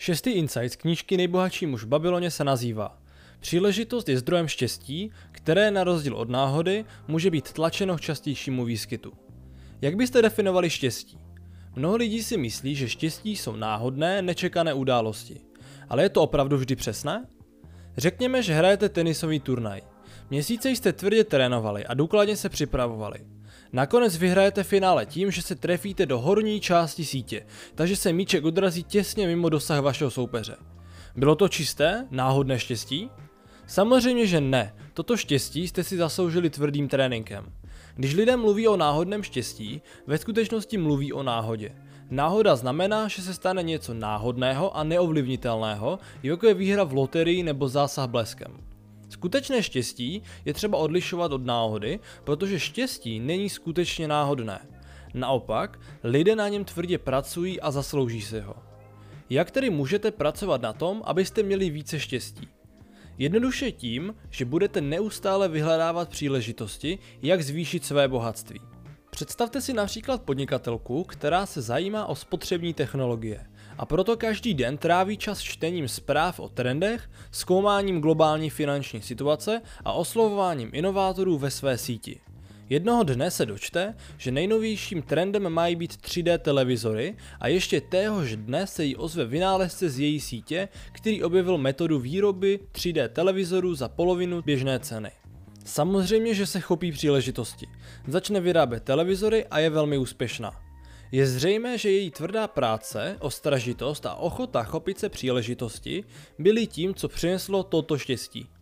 Šestý insight z knížky Nejbohatší muž v Babyloně se nazývá: příležitost je zdrojem štěstí, které na rozdíl od náhody může být tlačeno k častějšímu výskytu. Jak byste definovali štěstí? Mnoho lidí si myslí, že štěstí jsou náhodné, nečekané události. Ale je to opravdu vždy přesné? Řekněme, že hrajete tenisový turnaj. Měsíce jste tvrdě trénovali a důkladně se připravovali. Nakonec vyhrajete finále tím, že se trefíte do horní části sítě, takže se míček odrazí těsně mimo dosah vašeho soupeře. Bylo to čisté, náhodné štěstí? Samozřejmě, že ne. Toto štěstí jste si zasloužili tvrdým tréninkem. Když lidé mluví o náhodném štěstí, ve skutečnosti mluví o náhodě. Náhoda znamená, že se stane něco náhodného a neovlivnitelného, jako je výhra v loterii nebo zásah bleskem. Skutečné štěstí je třeba odlišovat od náhody, protože štěstí není skutečně náhodné. Naopak, lidé na něm tvrdě pracují a zaslouží si ho. Jak tedy můžete pracovat na tom, abyste měli více štěstí? Jednoduše tím, že budete neustále vyhledávat příležitosti, jak zvýšit své bohatství. Představte si například podnikatelku, která se zajímá o spotřební technologie a proto každý den tráví čas čtením zpráv o trendech, zkoumáním globální finanční situace a oslovováním inovátorů ve své síti. Jednoho dne se dočte, že nejnovějším trendem mají být 3D televizory a ještě téhož dne se jí ozve vynálezce z její sítě, který objevil metodu výroby 3D televizorů za polovinu běžné ceny. Samozřejmě, že se chopí příležitosti. Začne vyrábět televizory a je velmi úspěšná. Je zřejmé, že její tvrdá práce, ostražitost a ochota chopit se příležitosti byly tím, co přineslo toto štěstí.